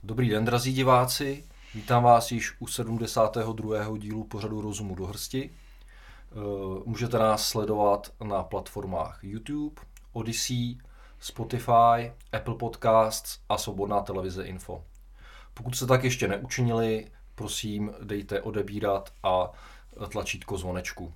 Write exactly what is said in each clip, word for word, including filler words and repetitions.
Dobrý den, drazí diváci. Vítám vás již u sedmdesátého druhého dílu pořadu Rozumu do hrsti. Můžete nás sledovat na platformách YouTube, Odyssey, Spotify, Apple Podcasts a Svobodná televize Info. Pokud jste tak ještě neučinili, prosím dejte odebírat a tlačítko zvonečku.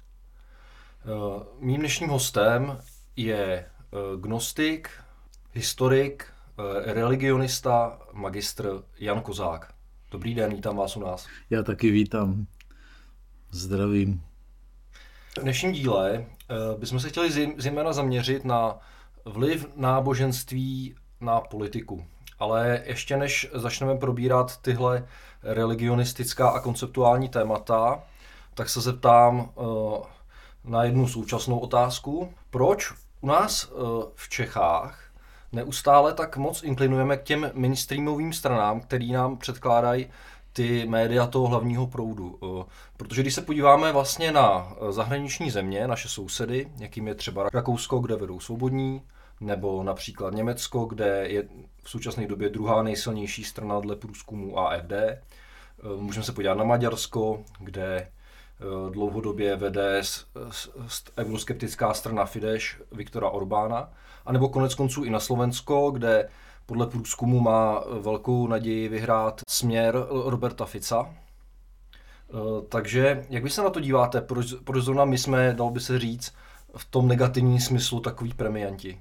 Mým dnešním hostem je gnostik, historik, religionista, magistr Jan Kozák. Dobrý den, vítám vás u nás. Já taky vítám. Zdravím. V dnešním díle bychom se chtěli zejména zaměřit na vliv náboženství na politiku. Ale ještě než začneme probírat tyhle religionistická a konceptuální témata, tak se zeptám na jednu současnou otázku. Proč u nás v Čechách neustále tak moc inklinujeme k těm mainstreamovým stranám, který nám předkládají ty média toho hlavního proudu? Protože když se podíváme vlastně na zahraniční země, naše sousedy, jakým je třeba Rakousko, kde vedou Svobodní, nebo například Německo, kde je v současné době druhá nejsilnější strana dle průzkumu A F D. Můžeme se podívat na Maďarsko, kde dlouhodobě vede euroskeptická strana Fidesz Viktora Orbána, anebo konec konců i na Slovensko, kde podle průzkumu má velkou naději vyhrát Směr Roberta Fica. Takže jak vy se na to díváte? Proč, proč zrovna my jsme, dalo by se říct, v tom negativním smyslu takový premianti?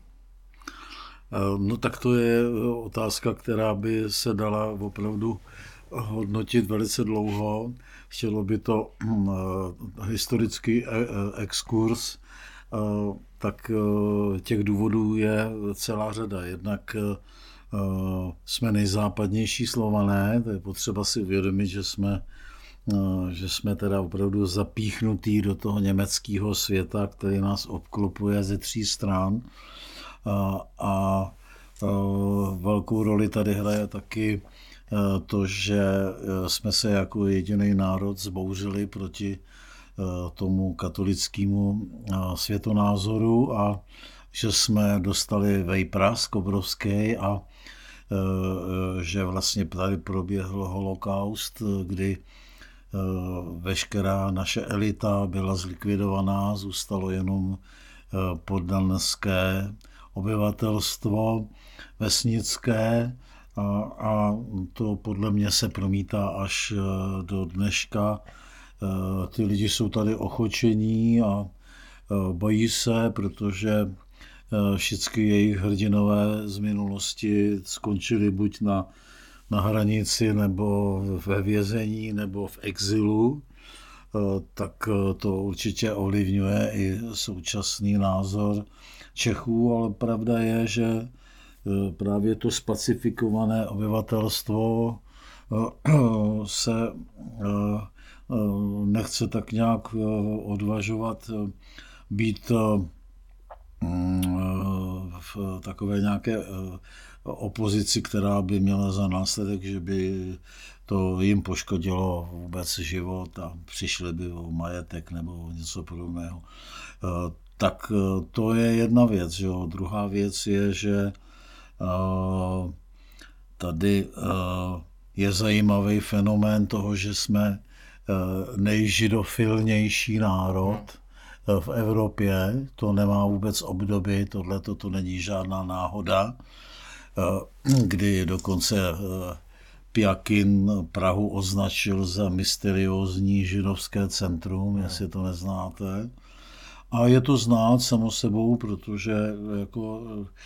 No tak to je otázka, která by se dala opravdu hodnotit velice dlouho. Chtělo by to uh, historický exkurs, uh, tak uh, těch důvodů je celá řada. Jednak uh, jsme nejzápadnější Slované, to je potřeba si uvědomit, že jsme, uh, že jsme teda opravdu zapíchnutí do toho německého světa, který nás obklopuje ze tří stran. Uh, a uh, velkou roli tady hraje taky to, že jsme se jako jediný národ zbouřili proti tomu katolickému světonázoru a že jsme dostali vejprask obrovský a že vlastně tady proběhl holokaust, kdy veškerá naše elita byla zlikvidovaná, zůstalo jenom poddanské obyvatelstvo vesnické. A, a to podle mě se promítá až do dneška. Ty lidi jsou tady ochočení a bojí se, protože všichni jejich hrdinové z minulosti skončili buď na, na hranici, nebo ve vězení, nebo v exilu. Tak to určitě ovlivňuje i současný názor Čechů, ale pravda je, že právě to spacifikované obyvatelstvo se nechce tak nějak odvažovat být v takové nějaké opozici, která by měla za následek, že by to jim poškodilo vůbec život a přišli by o majetek nebo o něco podobného. Tak to je jedna věc. Jo. Druhá věc je, že tady je zajímavý fenomén toho, že jsme nejžidofilnější národ v Evropě. To nemá vůbec obdoby, tohle to není žádná náhoda, kdy dokonce Pjakin Prahu označil za mysteriózní židovské centrum, jestli to neznáte. A je to znát samo sebou, protože jako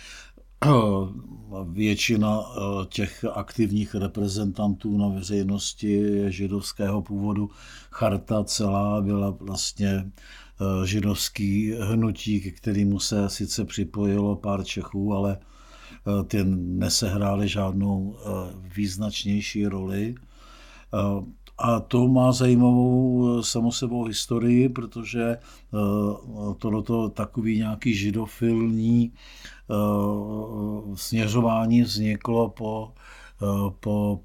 většina těch aktivních reprezentantů na veřejnosti je židovského původu. Charta celá byla vlastně židovský hnutí, k kterému se sice připojilo pár Čechů, ale ty nesehrály žádnou význačnější roli. A to má zajímavou samo sebou historii, protože tohleto takový nějaký židofilní směřování vzniklo po, po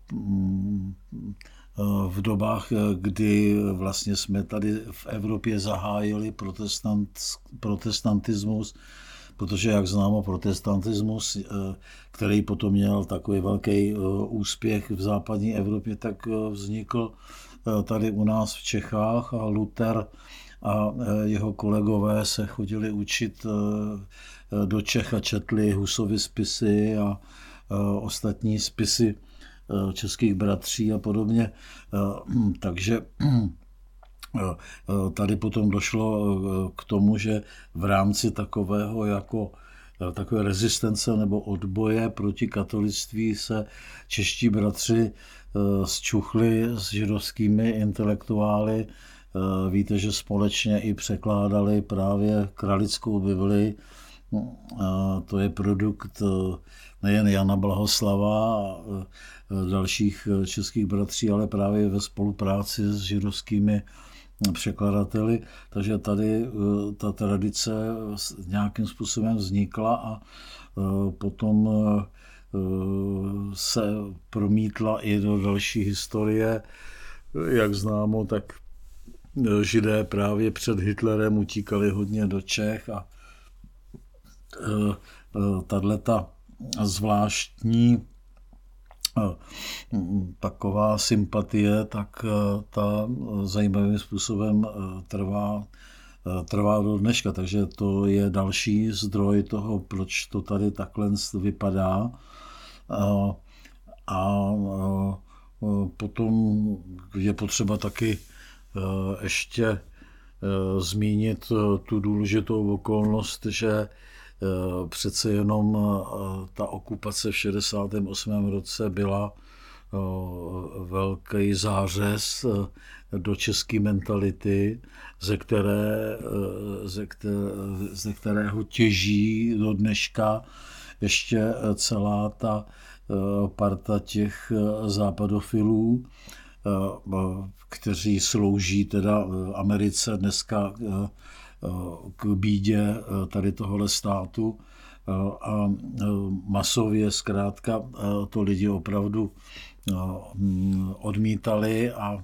v dobách, kdy vlastně jsme tady v Evropě zahájili protestant, protestantismus, protože jak známo protestantismus, který potom měl takový velký úspěch v západní Evropě, tak vznikl tady u nás v Čechách a Luther a jeho kolegové se chodili učit do Čech a četli Husovy spisy a ostatní spisy českých bratří a podobně. Takže tady potom došlo k tomu, že v rámci takového jako takové rezistence nebo odboje proti katolictví se čeští bratři zčuchli s židovskými intelektuály. Víte, že společně i překládali právě kralickou Bibli. To je produkt nejen Jana Blahoslava a dalších českých bratří, ale právě ve spolupráci s židovskými překladateli. Takže tady ta tradice nějakým způsobem vznikla a potom se promítla i do další historie. Jak známo, tak Židé právě před Hitlerem utíkali hodně do Čech a tato zvláštní taková sympatie, tak ta zajímavým způsobem trvá, trvá do dneška. Takže to je další zdroj toho, proč to tady takhle vypadá. A, a potom je potřeba taky ještě zmínit tu důležitou okolnost, že přece jenom ta okupace v šedesátém osmém roce byla velký zářez do české mentality, ze, které, ze, které, ze kterého těží do dneška ještě celá ta parta těch západofilů, kteří slouží teda Americe dneska k bídě tady tohohle státu a masově zkrátka to lidi opravdu odmítali a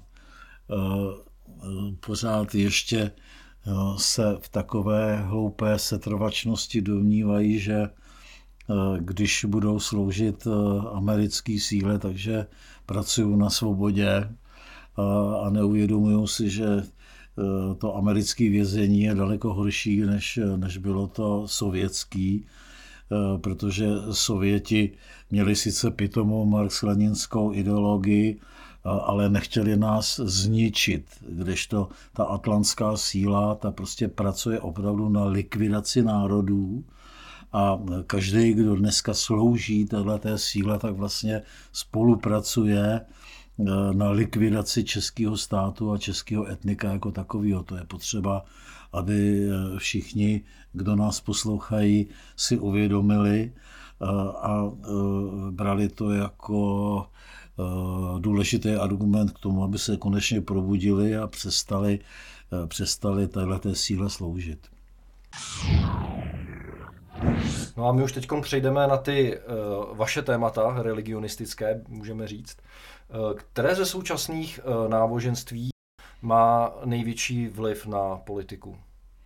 pořád ještě se v takové hloupé setrvačnosti domnívají, že když budou sloužit americké síle, takže pracují na svobodě a neuvědomují si, že to americké vězení je daleko horší, než, než bylo to sovětský, protože Sověti měli sice pitomou marxleninskou ideologii, ale nechtěli nás zničit, kdežto ta atlantská síla, ta prostě pracuje opravdu na likvidaci národů a každý, kdo dneska slouží téhleté síle, tak vlastně spolupracuje na likvidaci českého státu a českého etnika jako takového. To je potřeba, aby všichni, kdo nás poslouchají, si uvědomili a brali to jako důležitý argument k tomu, aby se konečně probudili a přestali, přestali téhleté síle sloužit. No a my už teď přejdeme na ty uh, vaše témata religionistické, můžeme říct. Uh, které ze současných uh, náboženství má největší vliv na politiku?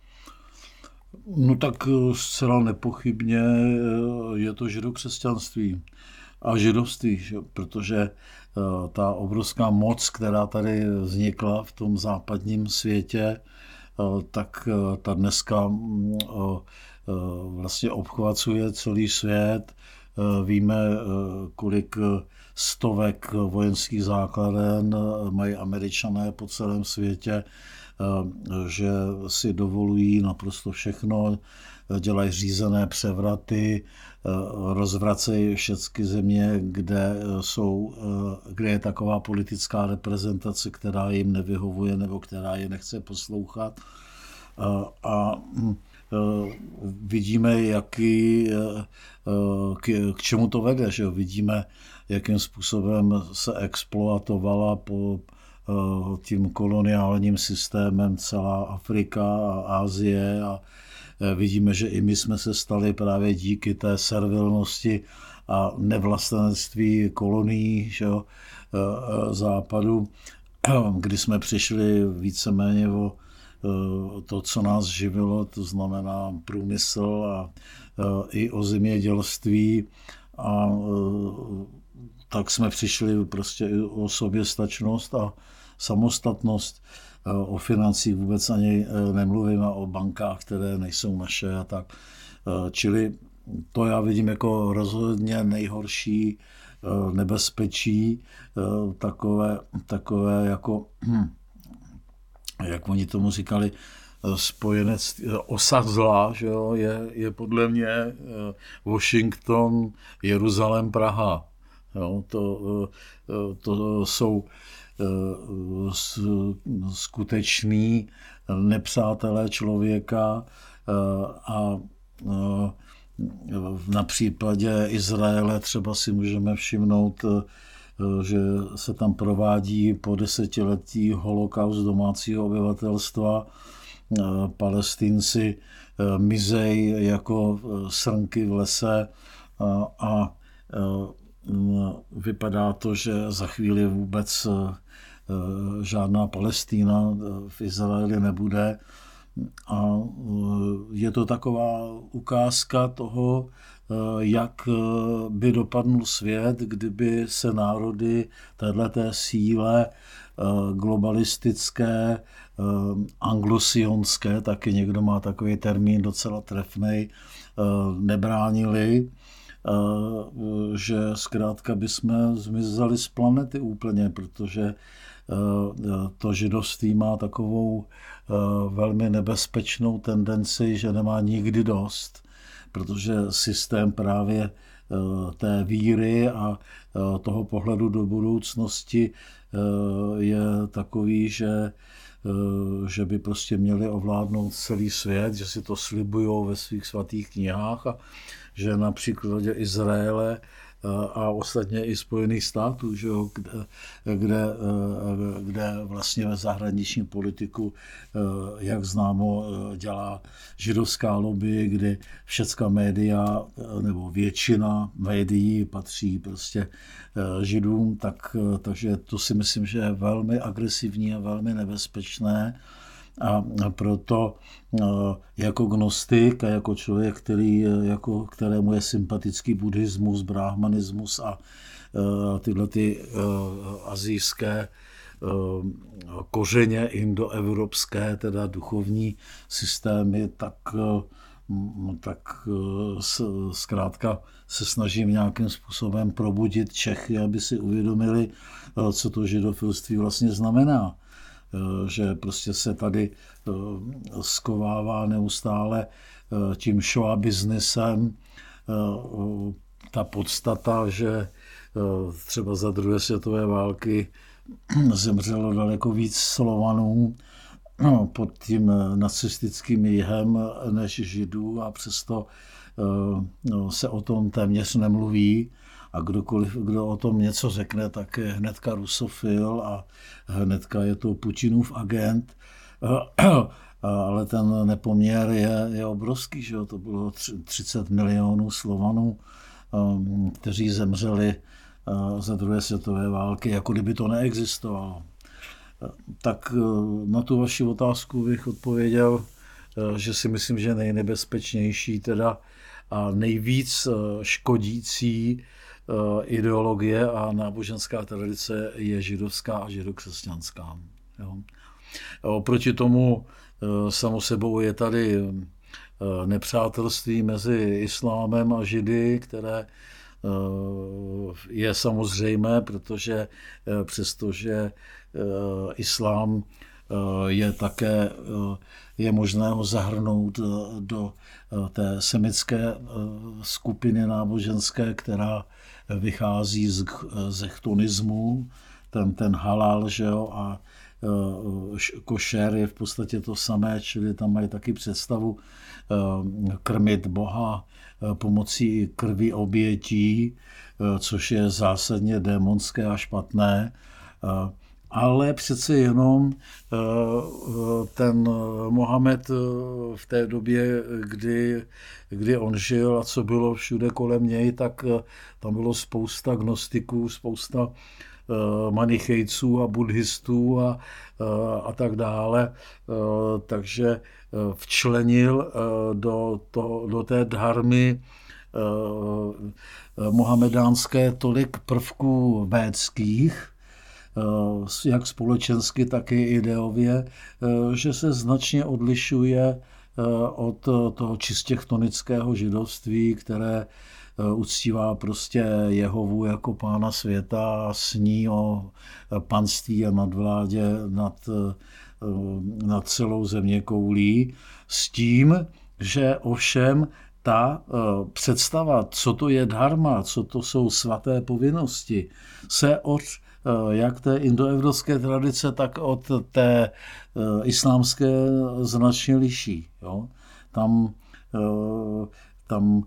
No tak zcela nepochybně je to židokřesťanství a židovství, že? Protože uh, ta obrovská moc, která tady vznikla v tom západním světě, uh, tak uh, ta dneska uh, vlastně obchvacuje celý svět. Víme, kolik stovek vojenských základen mají Američané po celém světě, že si dovolují naprosto všechno, dělají řízené převraty, rozvracejí všechny země, kde, jsou, kde je taková politická reprezentace, která jim nevyhovuje nebo která je nechce poslouchat. A vidíme, jaký, k, k čemu to vede, že vidíme, jakým způsobem se exploatovala po tím koloniálním systémem celá Afrika a Asie a vidíme, že i my jsme se stali právě díky té servilnosti a nevlastenectví kolonií, že, západu, kdy jsme přišli víceméně o to, co nás živilo, to znamená průmysl a i o zemědělství. A tak jsme přišli prostě o soběstačnost a samostatnost. O financích vůbec ani nemluvím, a o bankách, které nejsou naše a tak. Čili to já vidím jako rozhodně nejhorší nebezpečí, takové, takové jako, jak oni tomu říkali, spojenec, osa zla, že jo, je, je podle mě Washington, Jeruzalém, Praha. Jo, to, to jsou skuteční nepřátelé člověka a na případě Izraele třeba si můžeme všimnout, že se tam provádí po desetiletí holokaust domácího obyvatelstva. Palestinci mizej jako srnky v lese a vypadá to, že za chvíli vůbec žádná Palestína v Izraeli nebude. A je to taková ukázka toho, jak by dopadnul svět, kdyby se národy téhleté síle globalistické, anglosionské, taky někdo má takový termín docela trefnej, nebránili, že zkrátka bychom zmizeli z planety úplně, protože to židovství má takovou velmi nebezpečnou tendenci, že nemá nikdy dost, protože systém právě té víry a toho pohledu do budoucnosti je takový, že, že by prostě měli ovládnout celý svět, že si to slibujou ve svých svatých knihách a že na příkladě Izraele a ostatně i Spojených států, že jo, kde, kde, kde vlastně ve zahraniční politiku, jak známo, dělá židovská lobby, kdy všecká média nebo většina médií patří prostě židům, tak, takže to si myslím, že je velmi agresivní a velmi nebezpečné. A proto jako gnostik a jako člověk, který, jako, kterému je sympatický buddhismus, brahmanismus a tyhle ty asijské kořeně indoevropské, teda duchovní systémy, tak, tak zkrátka se snažím nějakým způsobem probudit Čechy, aby si uvědomili, co to židofilství vlastně znamená. Že prostě se tady skovává neustále tím show businessem ta podstata, že třeba za druhé světové války zemřelo daleko víc Slovanů pod tím nacistickým jihem než Židů a přesto se o tom téměř nemluví. A kdokoliv, kdo o tom něco řekne, tak je hnedka rusofil a hnedka je to Putinův agent. Ale ten nepoměr je, je obrovský, že jo? To bylo třicet milionů Slovanů, kteří zemřeli za druhé světové války, jako kdyby to neexistovalo. Tak na tu vaši otázku bych odpověděl, že si myslím, že nejnebezpečnější teda a nejvíc škodící ideologie a náboženská tradice je židovská a židokřesťanská. Jo. Oproti tomu samo sebou je tady nepřátelství mezi islámem a židy, které je samozřejmé, protože přestože islám je také, je možné ho zahrnout do té semitské skupiny náboženské, která vychází z, z chtonismu, ten, ten halal, že jo, a košer je v podstatě to samé, čili tam mají taky představu krmit Boha pomocí krvi obětí, což je zásadně démonské a špatné. Ale přece jenom ten Mohamed v té době, kdy, kdy on žil a co bylo všude kolem něj, tak tam bylo spousta gnostiků, spousta manichejců a buddhistů a, a tak dále. Takže včlenil do, to, do té dharmy mohamedánské tolik prvků védských, jak společensky, tak i ideově, že se značně odlišuje od toho čistě chtonického židovství, které uctívá prostě Jehovu jako pána světa a sní o panství a nadvládě nad, nad celou zeměkoulí, s tím, že ovšem ta představa, co to je dharma, co to jsou svaté povinnosti, se od jak té indoevropské tradice, tak od té islámské značně liší. Jo? Tam, tam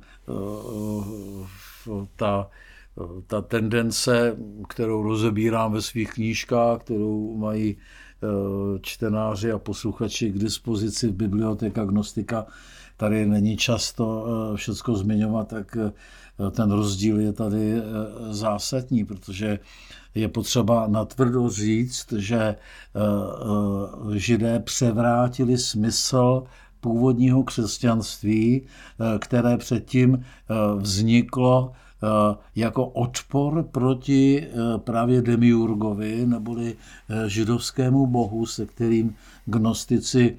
ta, ta tendence, kterou rozebírám ve svých knížkách, kterou mají čtenáři a posluchači k dispozici v biblioteka Gnostika, tady není často všecko zmiňovat, tak ten rozdíl je tady zásadní, protože je potřeba natvrdo říct, že Židé převrátili smysl původního křesťanství, které předtím vzniklo jako odpor proti právě demiurgovi, neboli židovskému bohu, se kterým gnostici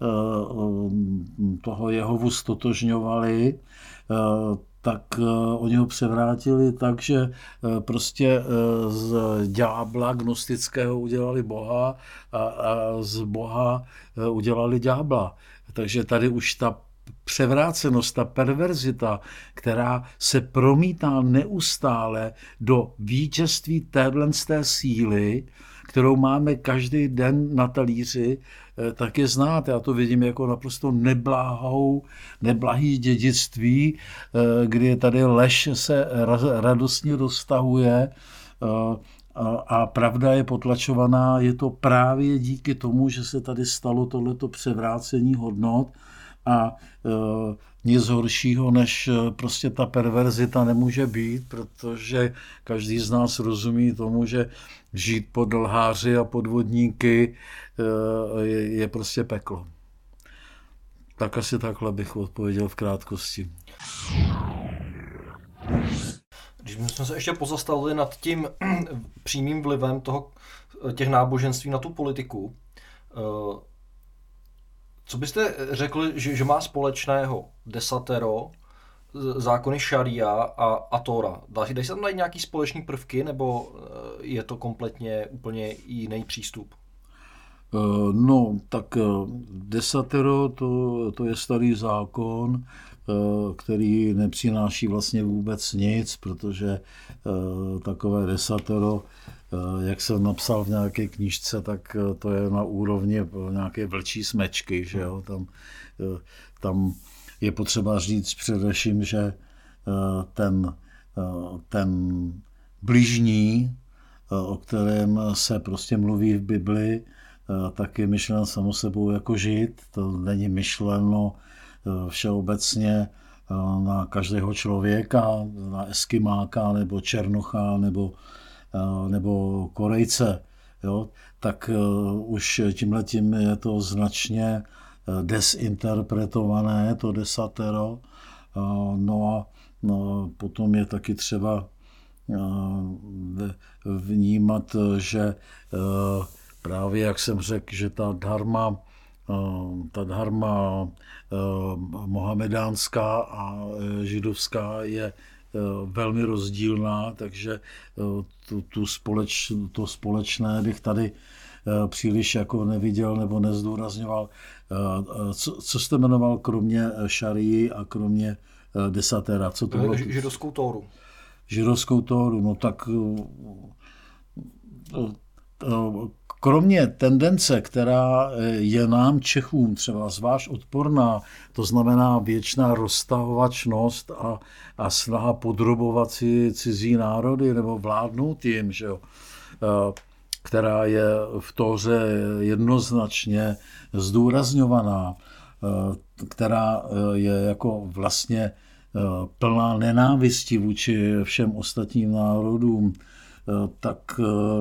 toho Jehovu stotožňovali, tak oni ho převrátili tak, že prostě z ďábla gnostického udělali boha a, a z boha udělali ďábla. Takže tady už ta převrácenost, ta perverzita, která se promítá neustále do vítězství téhle síly, kterou máme každý den na talíři, tak je znát. Já to vidím jako naprosto neblahou, neblahý dědictví, kdy tady lež se radostně roztahuje a pravda je potlačovaná. Je to právě díky tomu, že se tady stalo tohleto převrácení hodnot a nic horšího, než prostě ta perverzita nemůže být, protože každý z nás rozumí tomu, že žít pod lháři a podvodníky je, je prostě peklo. Tak asi takhle bych odpověděl v krátkosti. Když jsme se ještě pozastavili nad tím přímým vlivem toho, těch náboženství na tu politiku, co byste řekli, že, že má společného desatero, zákony šaria a, a Tóra? Dají se tam najít nějaký společný prvky, nebo je to kompletně úplně jiný přístup? No, tak desatero to, to je starý zákon, který nepřináší vlastně vůbec nic, protože takové desatero, jak jsem napsal v nějaké knížce, tak to je na úrovni nějaké vlčí smečky, že jo? Tam, tam je potřeba říct především, že ten, ten bližní, o kterém se prostě mluví v Bibli, tak je myšlen samo sebou jako Žid. To není myšleno všeobecně na každého člověka, na Eskimáka nebo Černocha nebo, nebo Korejce. Jo? Tak už tímhletím je to značně desinterpretované, to desatero. No a no, potom je taky třeba vnímat, že právě, jak jsem řekl, že ta dharma, ta dharma mohamedánská a židovská je velmi rozdílná, takže tu, tu společ, to společné bych tady příliš jako neviděl nebo nezdůrazňoval. Co, co jste jmenoval kromě šarii a kromě desatera? Co to bylo? Židovskou Tóru. Židovskou Tóru, no tak kromě tendence, která je nám Čechům třeba zvlášť odporná, to znamená věčná roztahovačnost a, a snaha podrobovat si cizí národy nebo vládnout jim, že jo, která je v Tóře jednoznačně zdůrazňovaná, která je jako vlastně plná nenávisti vůči všem ostatním národům, tak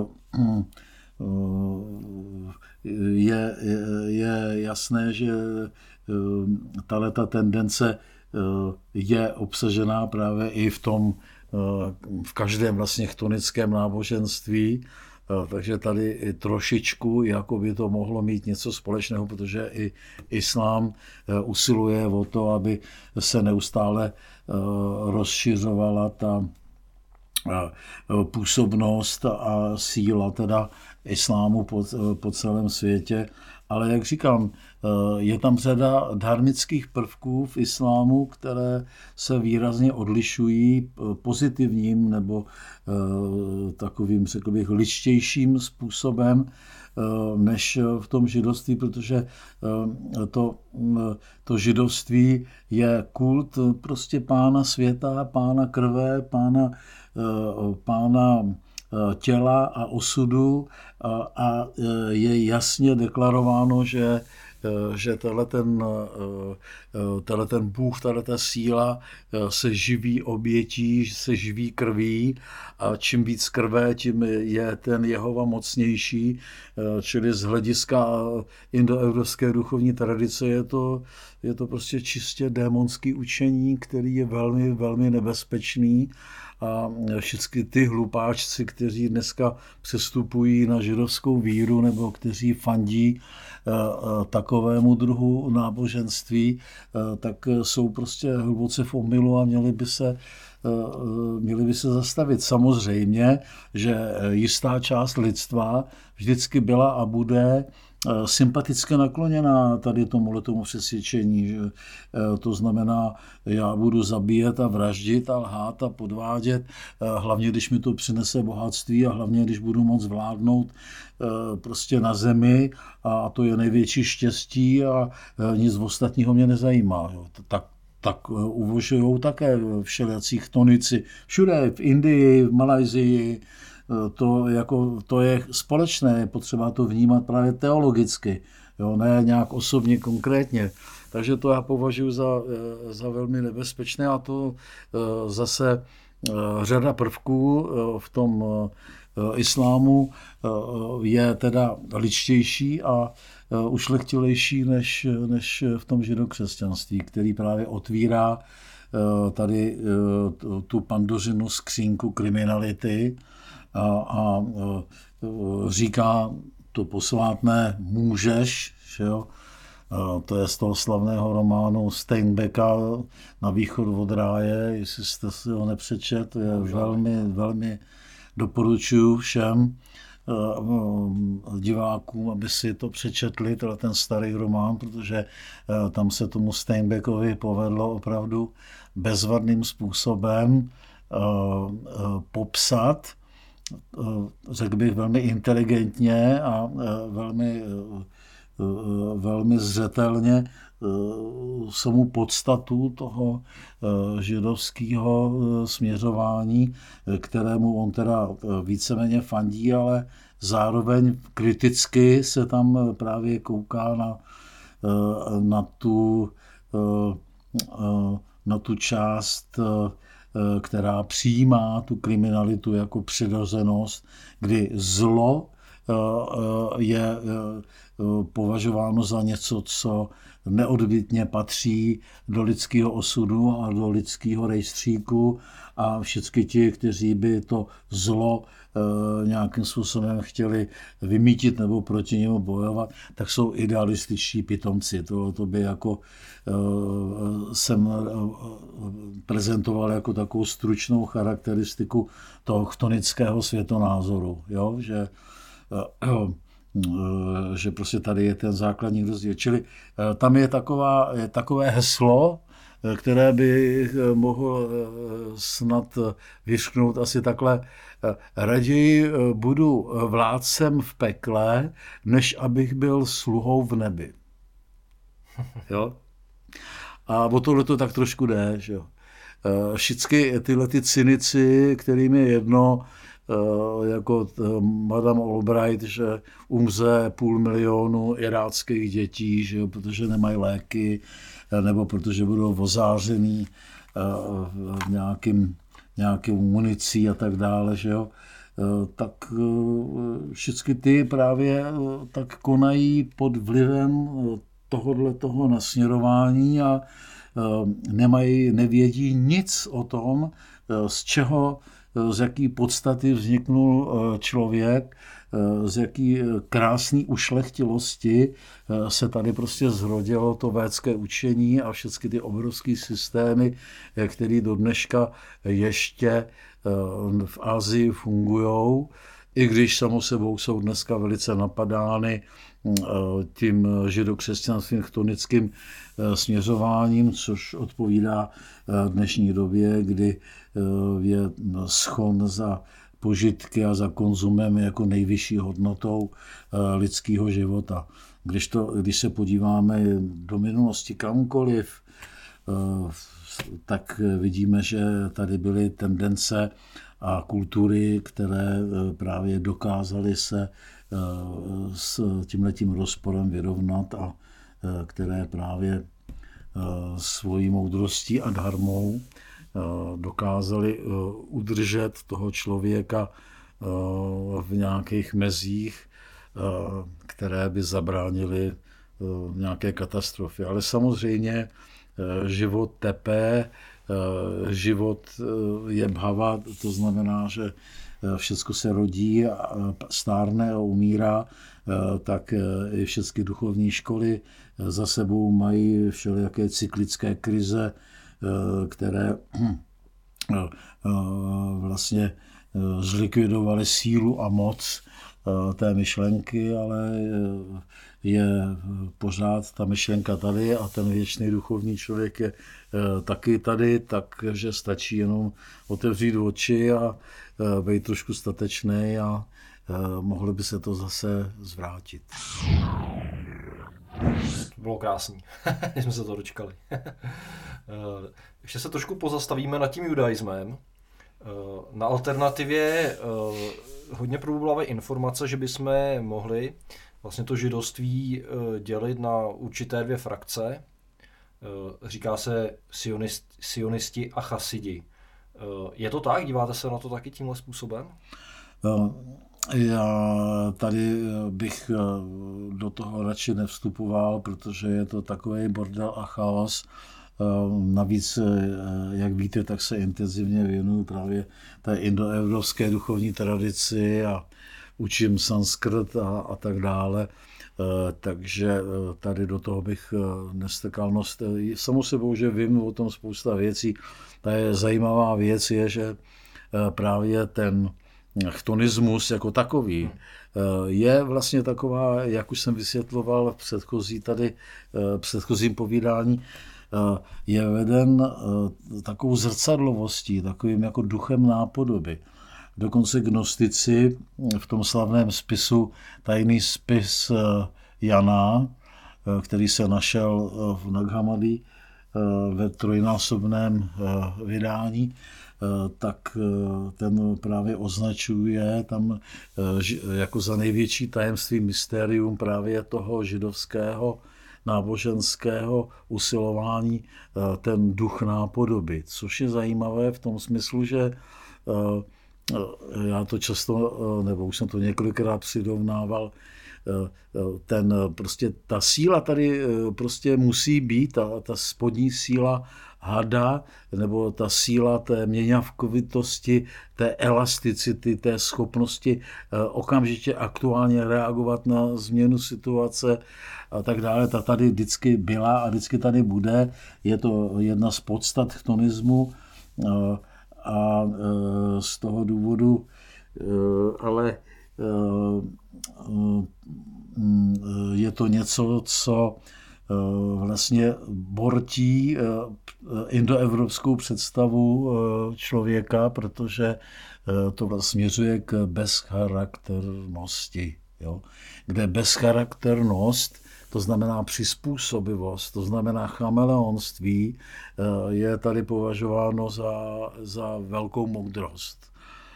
je, je jasné, že tato tendence je obsažená právě i v tom, v každém vlastně chtonickém náboženství. Takže tady i trošičku jako by to mohlo mít něco společného, protože i islám usiluje o to, aby se neustále rozšiřovala ta působnost a síla teda islámu po, po celém světě. Ale jak říkám, je tam řada dharmických prvků v islámu, které se výrazně odlišují pozitivním nebo takovým, řekl bych, ličtějším způsobem než v tom židovství, protože to, to židovství je kult prostě pána světa, pána krve, pána, pána těla a osudu a je jasně deklarováno, že že tenhle ten, tenhle ten Bůh, tato síla se živí obětí, se živí krví a čím víc krve, tím je ten Jehova mocnější. Čili z hlediska indoevropské duchovní tradice je to, je to prostě čistě démonský učení, který je velmi, velmi nebezpečný. A všechny ty hlupáčci, kteří dneska přestupují na židovskou víru nebo kteří fandí takovému druhu náboženství, tak jsou prostě hluboce v omylu a měli by se, měli by se zastavit. Samozřejmě, že jistá část lidstva vždycky byla a bude sympaticky nakloněná tady tomuhle tomu přesvědčení, že to znamená, já budu zabíjet a vraždit a lhát a podvádět, hlavně když mi to přinese bohatství a hlavně když budu moct vládnout prostě na zemi a to je největší štěstí a nic ostatního mě nezajímá. Tak tak uvažují také všelijací chtonici. Všude, v Indii, v Malajsii, to, jako, to je společné, je potřeba to vnímat právě teologicky, jo, ne nějak osobně, konkrétně. Takže to já považuji za, za velmi nebezpečné a to zase řada prvků v tom islámu je teda ličtější a ušlechtilejší než, než v tom židokřesťanství, který právě otvírá tady tu Pandořinu skřínku kriminality a, a říká to posvátné můžeš, že jo? To je z toho slavného románu Steinbecka Na východ od ráje, jestli jste si ho nepřečet, to je velmi, velmi doporučuji všem divákům, aby si to přečetli, ten starý román, protože tam se tomu Steinbeckovi povedlo opravdu bezvadným způsobem popsat, řekl bych velmi inteligentně a velmi, velmi zřetelně samu podstatu toho židovského směřování, kterému on teda víceméně fandí, ale zároveň kriticky se tam právě kouká na, na, tu, na tu část, která přijímá tu kriminalitu jako přirozenost, kdy zlo je považováno za něco, co neodbytně patří do lidského osudu a do lidského rejstříku a všichni ti, kteří by to zlo nějakým způsobem chtěli vymítit nebo proti němu bojovat, tak jsou idealističtí pitomci. To, to by jako jsem prezentoval jako takovou stručnou charakteristiku toho chtonického světonázoru, jo? Že že prostě tady je ten základní rozdíl. Čili tam je, taková, je takové heslo, které by mohl snad vyřknout asi takhle. Raději budu vládcem v pekle, než abych byl sluhou v nebi. Jo? A o tohle to tak trošku jde. Že jo? Všichni tyhle ty cynici, kterým je jedno, jako Madame Albright, že umře půl milionu iráckých dětí, že jo, protože nemají léky, nebo protože budou ozářený nějakým, nějakým municí a tak dále. Že jo. tak všechny ty právě tak konají pod vlivem tohohle toho nasměrování a nemají, nevědí nic o tom, z čeho, z jaký podstaty vzniknul člověk, z jaký krásný ušlechtilosti se tady prostě zrodilo to védské učení a všechny ty obrovské systémy, které do dneška ještě v Asii fungují, i když samo sebou jsou dneska velice napadány tím židokřesťanským chtonickým směřováním, což odpovídá dnešní době, kdy je schon za požitky a za konzumem jako nejvyšší hodnotou lidského života. Když, to, když se podíváme do minulosti kamkoliv, tak vidíme, že tady byly tendence a kultury, které právě dokázaly se s tímhletím rozporem vyrovnat a které právě svojí moudrostí a dharmou dokázali udržet toho člověka v nějakých mezích, které by zabránily nějaké katastrofě. Ale samozřejmě život tepe, život je bhava, to znamená, že všecko se rodí, stárne a umírá, tak i všechny duchovní školy za sebou mají všelijaké cyklické krize, které vlastně zlikvidovaly sílu a moc té myšlenky, ale je pořád ta myšlenka tady a ten věčný duchovní člověk je taky tady, takže stačí jenom otevřít oči a být trošku statečný a mohlo by se to zase zvrátit. Bylo krásný, když jsme se to dočkali. Ještě se trošku pozastavíme nad tím judaismem. Na alternativě hodně probulavé informace, že bychom mohli vlastně to židovství dělit na určité dvě frakce. Říká se sionist, sionisti a chasidi. Je to tak? Díváte se na to taky tímhle způsobem? Já tady bych do toho radši nevstupoval, protože je to takový bordel a chaos. Navíc, jak víte, tak se intenzivně věnuju právě té indoevropské duchovní tradici a učím sanskrt a, a tak dále. Takže tady do toho bych nestekal. No, samo sebou, že vím o tom spousta věcí. Ta je zajímavá věc je, že právě ten chtonismus jako takový je vlastně taková, jak už jsem vysvětloval v předchozí tady, předchozím povídání, je veden takovou zrcadlovostí, takovým jako duchem nápodoby. Dokonce gnostici v tom slavném spisu, tajný spis Jana, který se našel v Nag Hammadi ve trojnásobném vydání, tak ten právě označuje tam jako za největší tajemství mystérium právě toho židovského náboženského usilování ten duch nápodoby, což je zajímavé v tom smyslu, že já to často, nebo už jsem to několikrát přirovnával, ten prostě ta síla tady prostě musí být, ta, ta spodní síla hada, nebo ta síla té měňavkovitosti, té elasticity, té schopnosti okamžitě aktuálně reagovat na změnu situace a tak dále. Ta tady vždycky byla a vždycky tady bude. Je to jedna z podstat chtonismu a z toho důvodu, ale je to něco, co vlastně bortí indoevropskou představu člověka, protože to vlastně směřuje k bezcharakternosti. Jo? Kde bezcharakternost, to znamená přizpůsobivost, to znamená chameleonství, je tady považováno za, za velkou moudrost.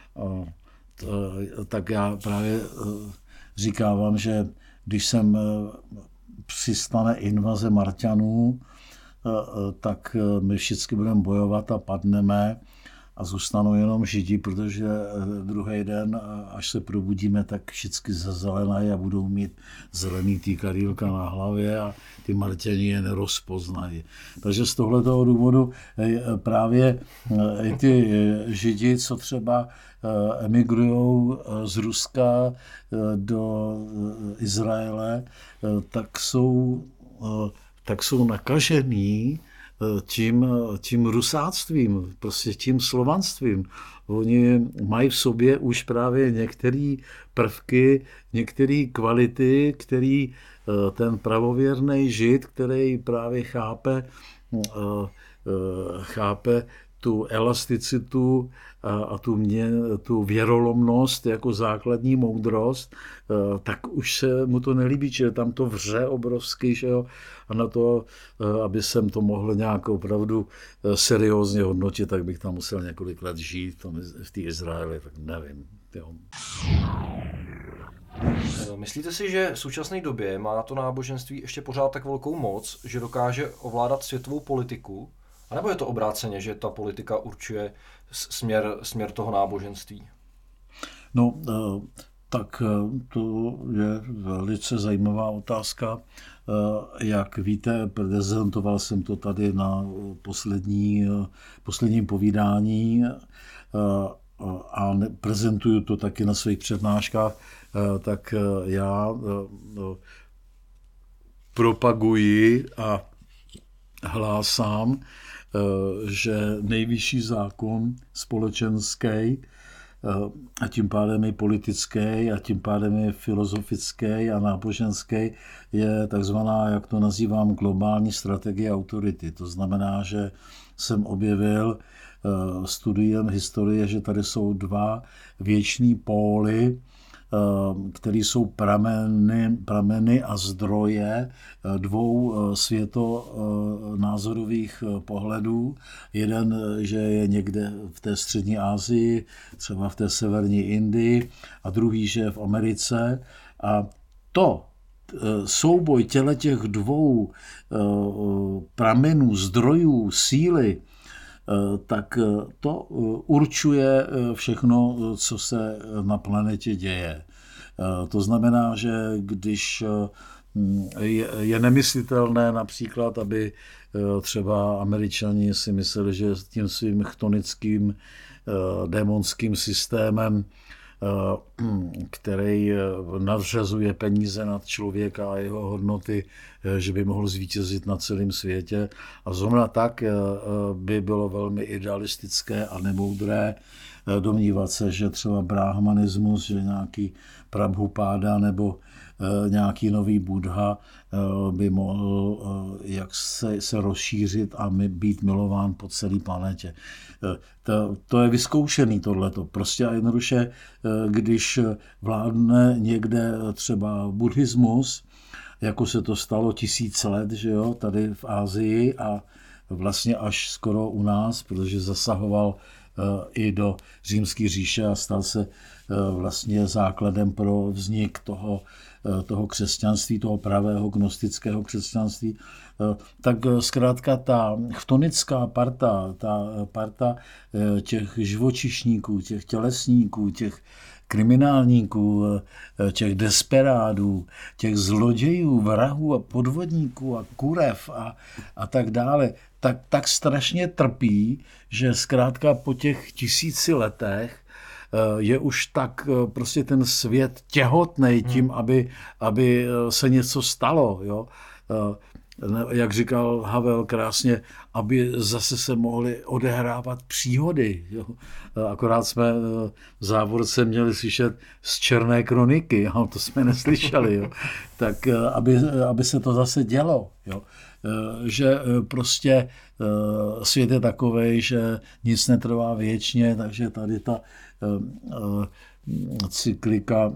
Tak já právě říkávám, že když jsem přistane invaze Marťanů, tak my všichni budeme bojovat a padneme a zůstanou jenom Židi, protože druhý den, až se probudíme, tak všichni zazelenají a budou mít zelený týkadýlka na hlavě a ty Marťani je nerozpoznají. Takže z tohoto důvodu právě i ty Židi, co třeba emigrují z Ruska do Izraele, tak jsou, tak jsou nakažený tím, tím rusáctvím, prostě tím slovanstvím. Oni mají v sobě už právě některé prvky, některé kvality, který ten pravověrný Žid, který právě chápe, chápe tu elasticitu a, a tu, mě, tu věrolomnost jako základní moudrost, tak už se mu to nelíbí, že tam to vře obrovský, že jo? A na to, aby jsem to mohl nějak opravdu seriózně hodnotit, tak bych tam musel několik let žít v té Izraeli, tak nevím. Jo. Myslíte si, že v současné době má to náboženství ještě pořád tak velkou moc, že dokáže ovládat světovou politiku? A nebo je to obráceně, že ta politika určuje směr, směr toho náboženství? No, tak to je velice zajímavá otázka. Jak víte, prezentoval jsem to tady na poslední, posledním povídání a prezentuju to taky na svých přednáškách, tak já propaguji a hlásám, že nejvyšší zákon společenský a tím pádem i politický a tím pádem i filozofický a náboženský je takzvaná, jak to nazývám, globální strategie autority. To znamená, že jsem objevil studiem historie, že tady jsou dva věčný póly, které jsou prameny, prameny a zdroje dvou světonázorových pohledů. Jeden, že je někde v té střední Asii, třeba v té severní Indii, a druhý, že je v Americe. A to souboj těch dvou pramenů, zdrojů, síly, tak to určuje všechno, co se na planetě děje. To znamená, že když je nemyslitelné například, aby třeba Američani si mysleli, že tím svým chtonickým démonským systémem, který nadřazuje peníze nad člověka a jeho hodnoty, že by mohl zvítězit na celém světě. A zrovna tak by bylo velmi idealistické a nemoudré domnívat se, že třeba brahmanismus, že nějaký Prabhupáda nebo nějaký nový Buddha by mohl jak se, se rozšířit a být milován po celé planetě. To, to je vyzkoušený tohleto. Prostě a jednoduše, když vládne někde třeba buddhismus, jako se to stalo tisíc let, že jo, tady v Asii a vlastně až skoro u nás, protože zasahoval i do Římské říše a stal se vlastně základem pro vznik toho, toho křesťanství, toho pravého gnostického křesťanství, tak zkrátka ta chtonická parta, ta parta těch živočišníků, těch tělesníků, těch kriminálníků, těch desperádů, těch zlodějů, vrahů a podvodníků a kurev a, a tak dále, tak, tak strašně trpí, že zkrátka po těch tisíci letech je už tak prostě ten svět těhotnej tím, aby, aby se něco stalo. Jo? Jak říkal Havel krásně, aby zase se mohly odehrávat příhody. Jo? Akorát jsme v závorce měli slyšet z Černé kroniky, ale to jsme neslyšeli. Jo? Tak aby, aby se to zase dělo. Jo? Že prostě svět je takovej, že nic netrvá věčně, takže tady ta cyklika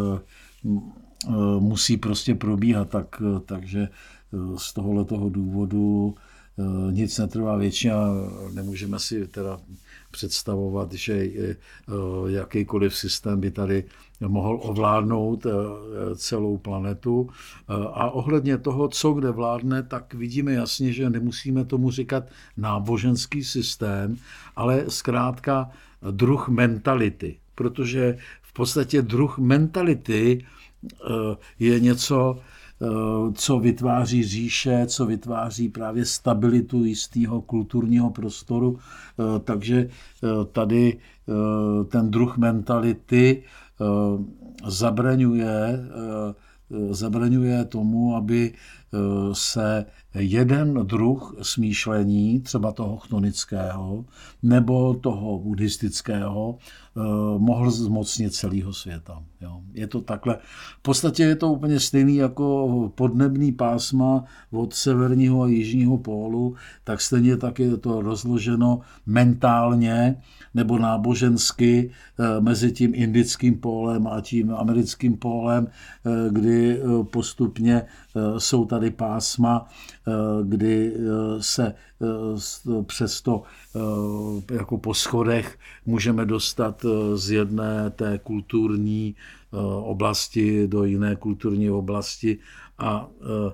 musí prostě probíhat, tak, takže z tohoto důvodu nic netrvá věčně a nemůžeme si teda představovat, že jakýkoliv systém by tady mohl ovládnout celou planetu. A ohledně toho, co kde vládne, tak vidíme jasně, že nemusíme tomu říkat náboženský systém, ale zkrátka druh mentality. Protože v podstatě druh mentality je něco, co vytváří říše, co vytváří právě stabilitu jistého kulturního prostoru. Takže tady ten druh mentality zabraňuje, zabraňuje tomu, aby se jeden druh smýšlení, třeba toho chtonického nebo toho buddhistického, mohl zmocnit celého světa. Jo. Je to takhle. V podstatě je to úplně stejný jako podnebný pásma od severního a jižního pólu, tak stejně tak je to rozloženo mentálně nebo nábožensky mezi tím indickým pólem a tím americkým pólem, kdy postupně jsou tady pásma, kdy se přesto jako po schodech můžeme dostat z jedné té kulturní oblasti do jiné kulturní oblasti a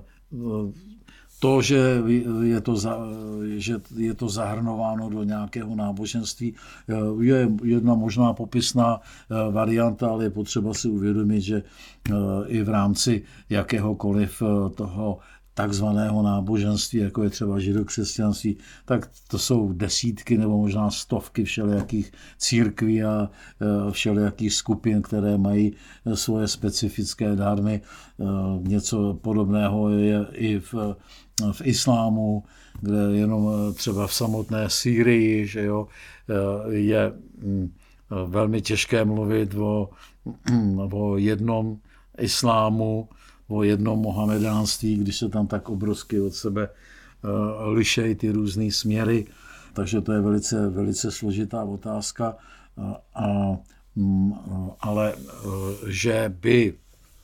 to, že je to, za, že je to zahrnováno do nějakého náboženství, je jedna možná popisná varianta, ale je potřeba si uvědomit, že i v rámci jakéhokoliv toho takzvaného náboženství, jako je třeba židokřesťanství, tak to jsou desítky nebo možná stovky všelijakých církví a všelijakých skupin, které mají svoje specifické dármy. Něco podobného je i v, v islámu, kde jenom třeba v samotné Sýrii, že jo, je velmi těžké mluvit o, o jednom islámu, o jednom mohamedánství, když se tam tak obrovsky od sebe uh, lišejí ty různé směry. Takže to je velice, velice složitá otázka. A, a, ale že by...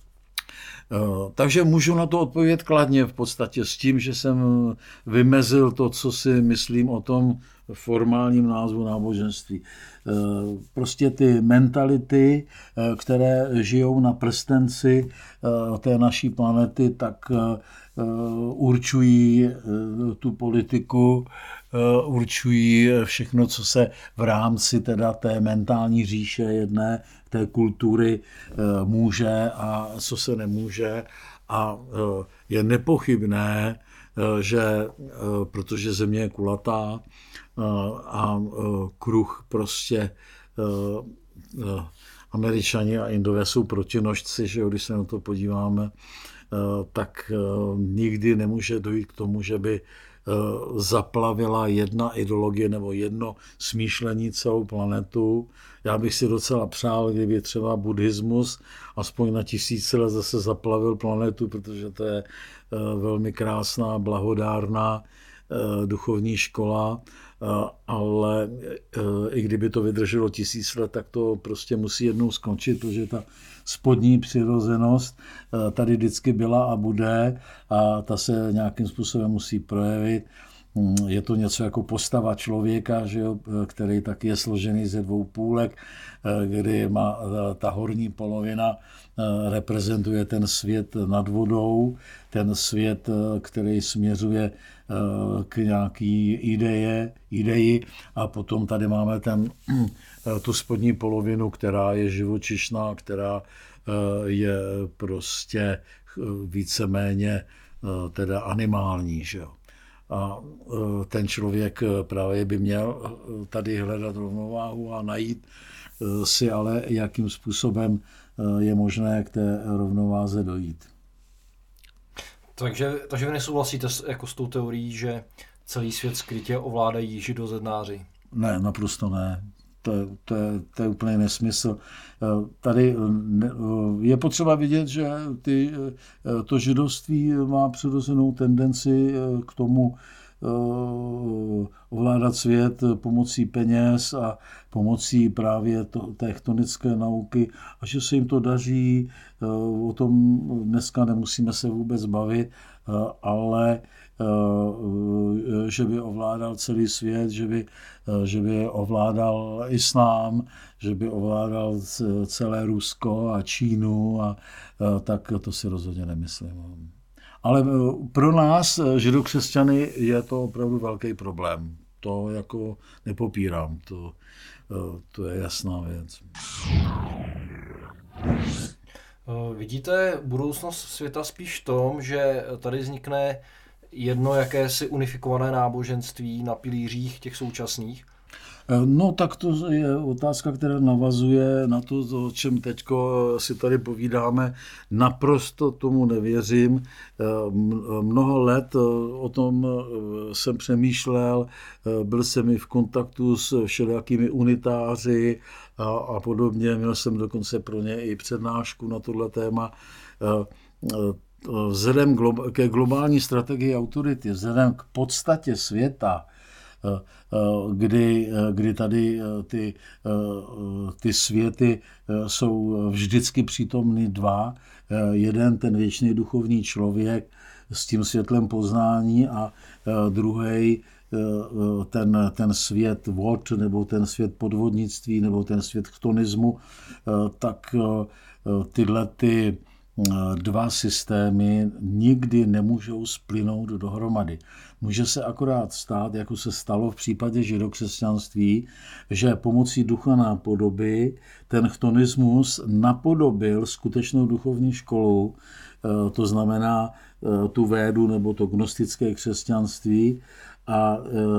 Takže můžu na to odpovědět kladně v podstatě s tím, že jsem vymezil to, co si myslím o tom formálním názvu náboženství. Prostě ty mentality, které žijou na prstenci té naší planety, tak určují tu politiku, určují všechno, co se v rámci teda té mentální říše jedné, té kultury může a co se nemůže. A je nepochybné, že protože Země je kulatá a kruh prostě Američani a Indové jsou protinožci, že když se na to podíváme, tak nikdy nemůže dojít k tomu, že by zaplavila jedna ideologie nebo jedno smýšlení celou planetu. Já bych si docela přál, kdyby třeba buddhismus aspoň na tisíce let zase zaplavil planetu, protože to je velmi krásná, blahodárná duchovní škola, ale i kdyby to vydrželo tisíc let, tak to prostě musí jednou skončit, protože ta spodní přirozenost tady vždycky byla a bude a ta se nějakým způsobem musí projevit. Je to něco jako postava člověka, že jo, který taky je složený ze dvou půlek, kdy má ta horní polovina reprezentuje ten svět nad vodou, ten svět, který směřuje k nějaký ideje, ideji a potom tady máme ten, tu spodní polovinu, která je živočišná, která je prostě víceméně teda animální, že jo. A ten člověk právě by měl tady hledat rovnováhu a najít si ale, jakým způsobem je možné k té rovnováze dojít. Takže, takže vy nesouhlasíte s, jako s tou teorií, že celý svět skrytě ovládají židozednáři? Ne, naprosto ne. To je, to, je, to je úplně nesmysl. Tady je potřeba vidět, že ty, to židovství má přirozenou tendenci k tomu ovládat svět pomocí peněz a pomocí právě to, té chtonické nauky a že se jim to daří, o tom dneska nemusíme se vůbec bavit, ale že by ovládal celý svět, že by, že by ovládal islám, že by ovládal celé Rusko a Čínu, a tak to si rozhodně nemyslím. Ale pro nás, židokřesťany, je to opravdu velký problém. To jako nepopírám, to, to je jasná věc. Vidíte budoucnost světa spíš v tom, že tady vznikne jedno jakési unifikované náboženství na pilířích těch současných? No tak to je otázka, která navazuje na to, o čem teď si tady povídáme. Naprosto tomu nevěřím. Mnoho let o tom jsem přemýšlel, byl jsem i v kontaktu s všelijakými unitáři a, a podobně. Měl jsem dokonce pro ně i přednášku na tohle téma. Vzhledem ke globální strategii autority, vzhledem k podstatě světa, kdy, kdy tady ty, ty světy jsou vždycky přítomny dva. Jeden, ten věčný duchovní člověk s tím světlem poznání, a druhý, ten, ten svět vod, nebo ten svět podvodnictví, nebo ten svět chtonismu, tak tyhle ty dva systémy nikdy nemůžou splynout dohromady. Může se akorát stát, jako se stalo v případě židokřesťanství, že pomocí ducha nápodoby ten chtonismus napodobil skutečnou duchovní školu, to znamená tu védu nebo to gnostické křesťanství, a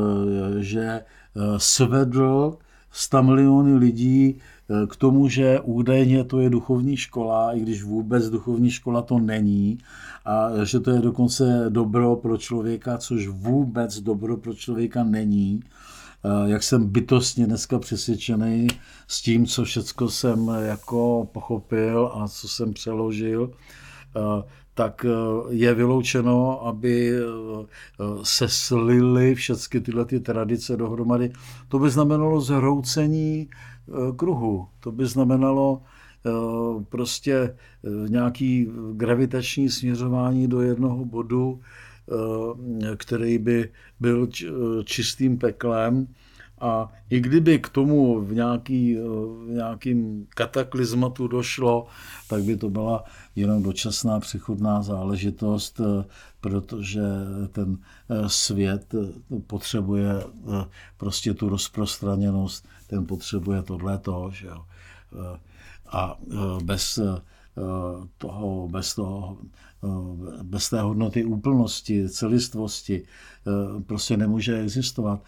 že svedl sta miliony lidí k tomu, že údajně to je duchovní škola, i když vůbec duchovní škola to není, a že to je dokonce dobro pro člověka, což vůbec dobro pro člověka není. Jak jsem bytostně dneska přesvědčený s tím, co všecko jsem jako pochopil a co jsem přeložil, tak je vyloučeno, aby se slily všechny tyhle ty tradice dohromady. To by znamenalo zhroucení kruhu. To by znamenalo prostě nějaký gravitační směřování do jednoho bodu, který by byl čistým peklem. A i kdyby k tomu v, nějaký, v nějakým kataklizmatu došlo, tak by to byla jenom dočasná přechodná záležitost, protože ten svět potřebuje prostě tu rozprostraněnost, ten potřebuje tohleto, že jo. A bez toho, bez toho, bez té hodnoty úplnosti, celistvosti prostě nemůže existovat.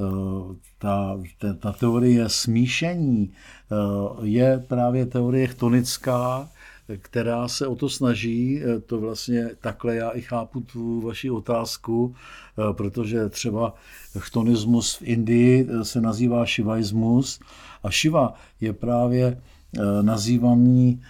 Ta, ta, ta teorie smíšení je právě teorie chtonická, která se o to snaží. To vlastně takhle já i chápu tu vaši otázku, protože třeba chtonismus v Indii se nazývá šivaismus a Šiva je právě nazývaný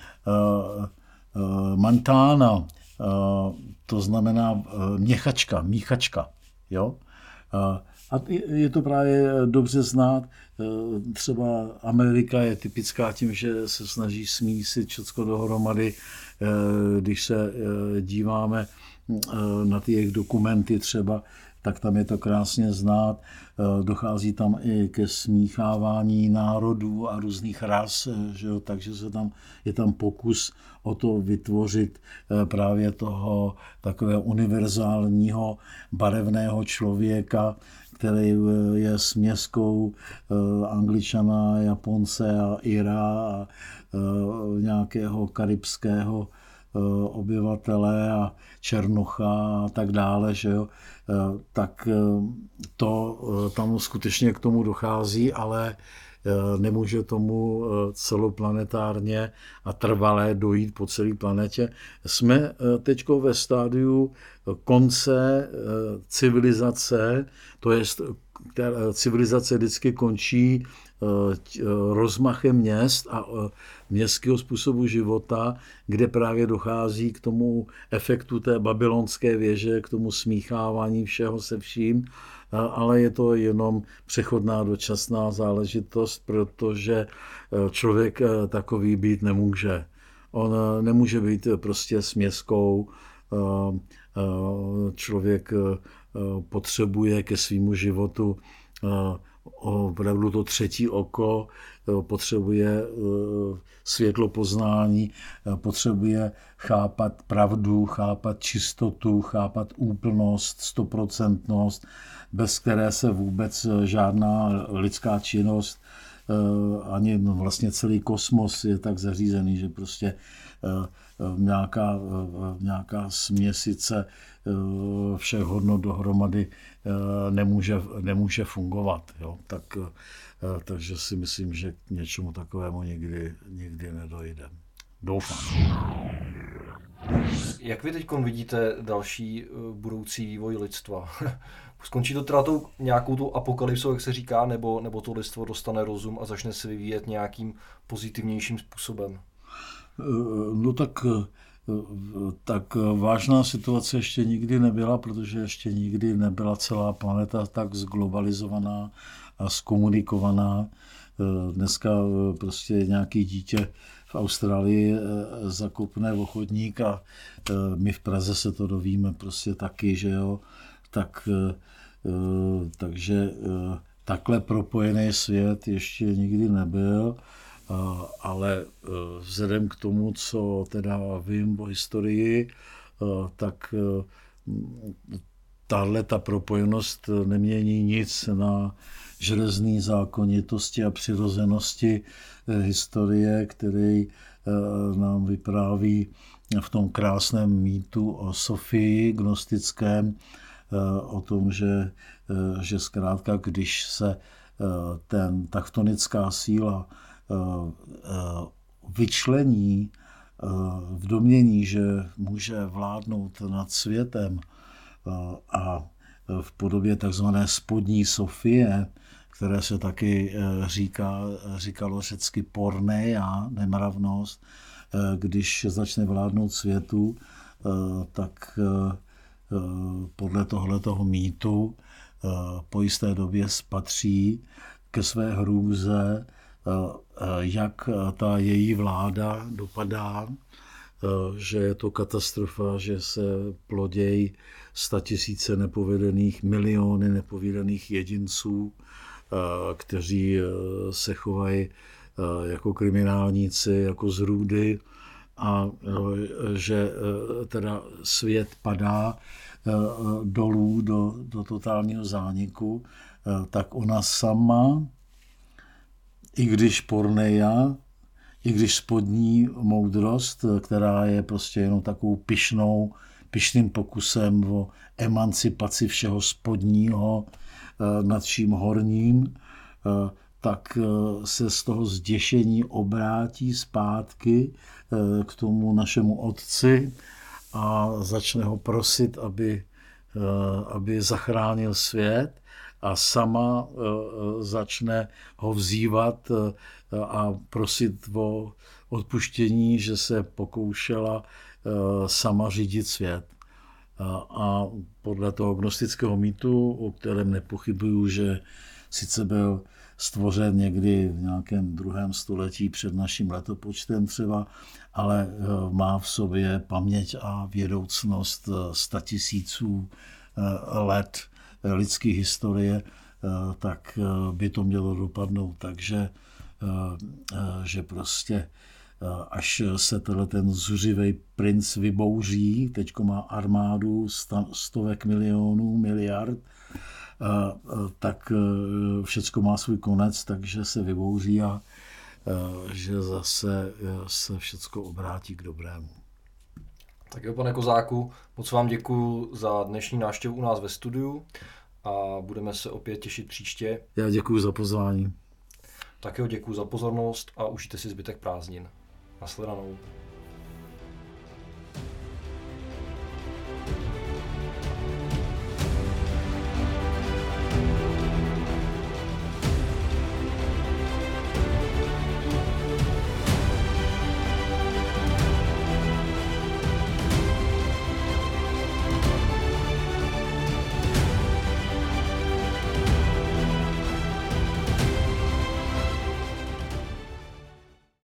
mantána, to znamená měchačka, míchačka, jo? A je to právě dobře znát. Třeba Amerika je typická tím, že se snaží smísit všechno dohromady. Když se díváme na ty jejich dokumenty třeba, tak tam je to krásně znát. Dochází tam i ke smíchávání národů a různých ras, že jo? Takže se tam, je tam pokus o to vytvořit právě toho takového univerzálního barevného člověka, který je směskou Angličana, Japonce a Ira a nějakého karibského obyvatele a Černocha a tak dále, že jo, tak to tam skutečně k tomu dochází, ale nemůže tomu celoplanetárně a trvalé dojít po celé planetě. Jsme teď ve stádiu konce civilizace, to je civilizace vždycky končí rozmachem měst a městského způsobu života, kde právě dochází k tomu efektu té babylonské věže, k tomu smíchávání všeho se vším, ale je to jenom přechodná dočasná záležitost, protože člověk takový být nemůže. On nemůže být prostě směskou. Člověk potřebuje ke svému životu opravdu to třetí oko, potřebuje světlo poznání, potřebuje chápat pravdu, chápat čistotu, chápat úplnost, stoprocentnost, bez které se vůbec žádná lidská činnost, ani vlastně celý kosmos je tak zařízený, že prostě nějaká, nějaká směsice všech hodnot dohromady nemůže, nemůže fungovat. Jo? Tak, takže si myslím, že k něčemu takovému nikdy, nikdy nedojde. Doufám. Jak vy teď vidíte další budoucí vývoj lidstva? Skončí to teda tou nějakou tu apokalypsou, jak se říká, nebo, nebo to lidstvo dostane rozum a začne se vyvíjet nějakým pozitivnějším způsobem? No tak, tak vážná situace ještě nikdy nebyla, protože ještě nikdy nebyla celá planeta tak zglobalizovaná a zkomunikovaná. Dneska prostě nějaký dítě v Austrálii zakopne ochotník a my v Praze se to dovíme prostě taky, že jo. Tak, takže takhle propojený svět ještě nikdy nebyl. Ale vzhledem k tomu, co teda vím o historii, tak tahle ta propojenost nemění nic na železné zákonitosti a přirozenosti historie, který nám vypráví v tom krásném mýtu o Sofii gnostickém, o tom, že, že zkrátka, když se ten taktonická síla vyčlení v domnění, že může vládnout nad světem a v podobě takzvané spodní Sofie, které se taky říká, říkalo řecky porneia, nemravnost, když začne vládnout světu, tak podle tohletoho mýtu po jisté době spatří ke své hrůze, jak ta její vláda dopadá, že je to katastrofa, že se plodějí statisíce nepovedených, miliony nepovedených jedinců, kteří se chovají jako kriminálníci, jako zrůdy, a že teda svět padá dolů do, do totálního zániku, tak ona sama, i když porneia, i když spodní moudrost, která je prostě jenom takovou pyšnou, pyšným pokusem o emancipaci všeho spodního nad vším horním, tak se z toho zděšení obrátí zpátky k tomu našemu otci a začne ho prosit, aby, aby zachránil svět, a sama začne ho vzývat a prosit o odpuštění, že se pokoušela sama řídit svět. A podle toho gnostického mýtu, o kterém nepochybuju, že sice byl stvořen někdy v nějakém druhém století před naším letopočtem třeba, ale má v sobě paměť a vědoucnost statisíců let lidské historie, tak by to mělo dopadnout. Takže že prostě až se tenhle ten zuřivej princ vybouří, teďko má armádu stovek milionů, miliard, tak všecko má svůj konec, takže se vybouří a že zase se všecko obrátí k dobrému. Tak jo, pane Kozáku, moc vám děkuji za dnešní návštěvu u nás ve studiu a budeme se opět těšit příště. Já děkuji za pozvání. Tak jo, děkuji za pozornost a užijte si zbytek prázdnin. Nashledanou.